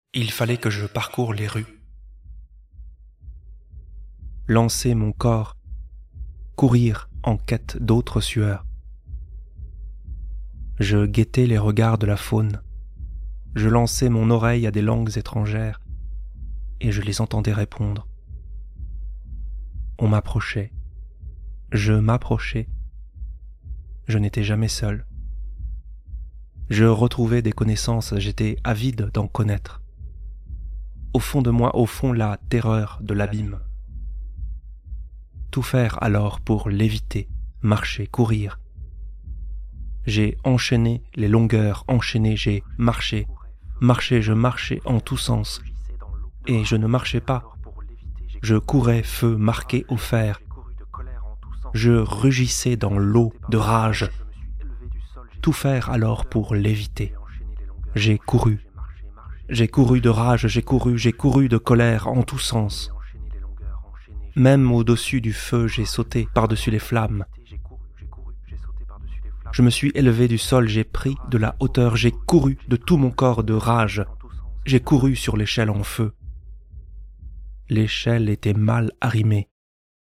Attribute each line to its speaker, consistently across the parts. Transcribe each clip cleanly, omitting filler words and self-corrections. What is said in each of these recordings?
Speaker 1: Il fallait que je parcoure les rues, lancer mon corps, courir en quête d'autres sueurs. Je guettais les regards de la faune, je lançais mon oreille à des langues étrangères et je les entendais répondre. On m'approchait, je m'approchais, je n'étais jamais seul. Je retrouvais des connaissances, j'étais avide d'en connaître. Au fond de moi, au fond, la terreur de l'abîme. Tout faire alors pour l'éviter, marcher, courir. J'ai enchaîné les longueurs, enchaîné, j'ai marché, je marchais en tous sens. Et je ne marchais pas. Je courais, feu marqué au fer. Je rugissais dans l'eau de rage. Tout faire alors pour l'éviter. J'ai couru de rage, j'ai couru de colère en tous sens. Même au-dessus du feu, j'ai sauté par-dessus les flammes. Je me suis élevé du sol, j'ai pris de la hauteur, j'ai couru de tout mon corps de rage. J'ai couru sur l'échelle en feu. L'échelle était mal arrimée.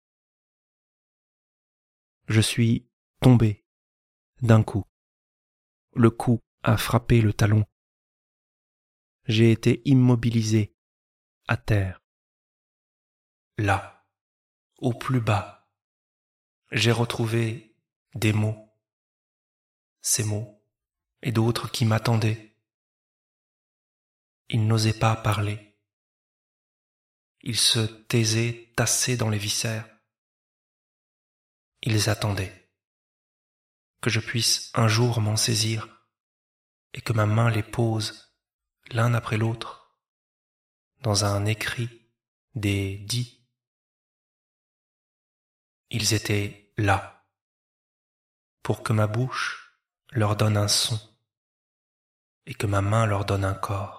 Speaker 1: Je suis tombé d'un coup. Le coup a frappé le talon. J'ai été immobilisé à terre. Là, au plus bas, j'ai retrouvé des mots, ces mots et d'autres qui m'attendaient. Ils n'osaient pas parler. Ils se taisaient tassés dans les viscères. Ils attendaient que je puisse un jour m'en saisir et que ma main les pose l'un après l'autre dans un écrit des dits. Ils étaient là pour que ma bouche leur donne un son et que ma main leur donne un corps.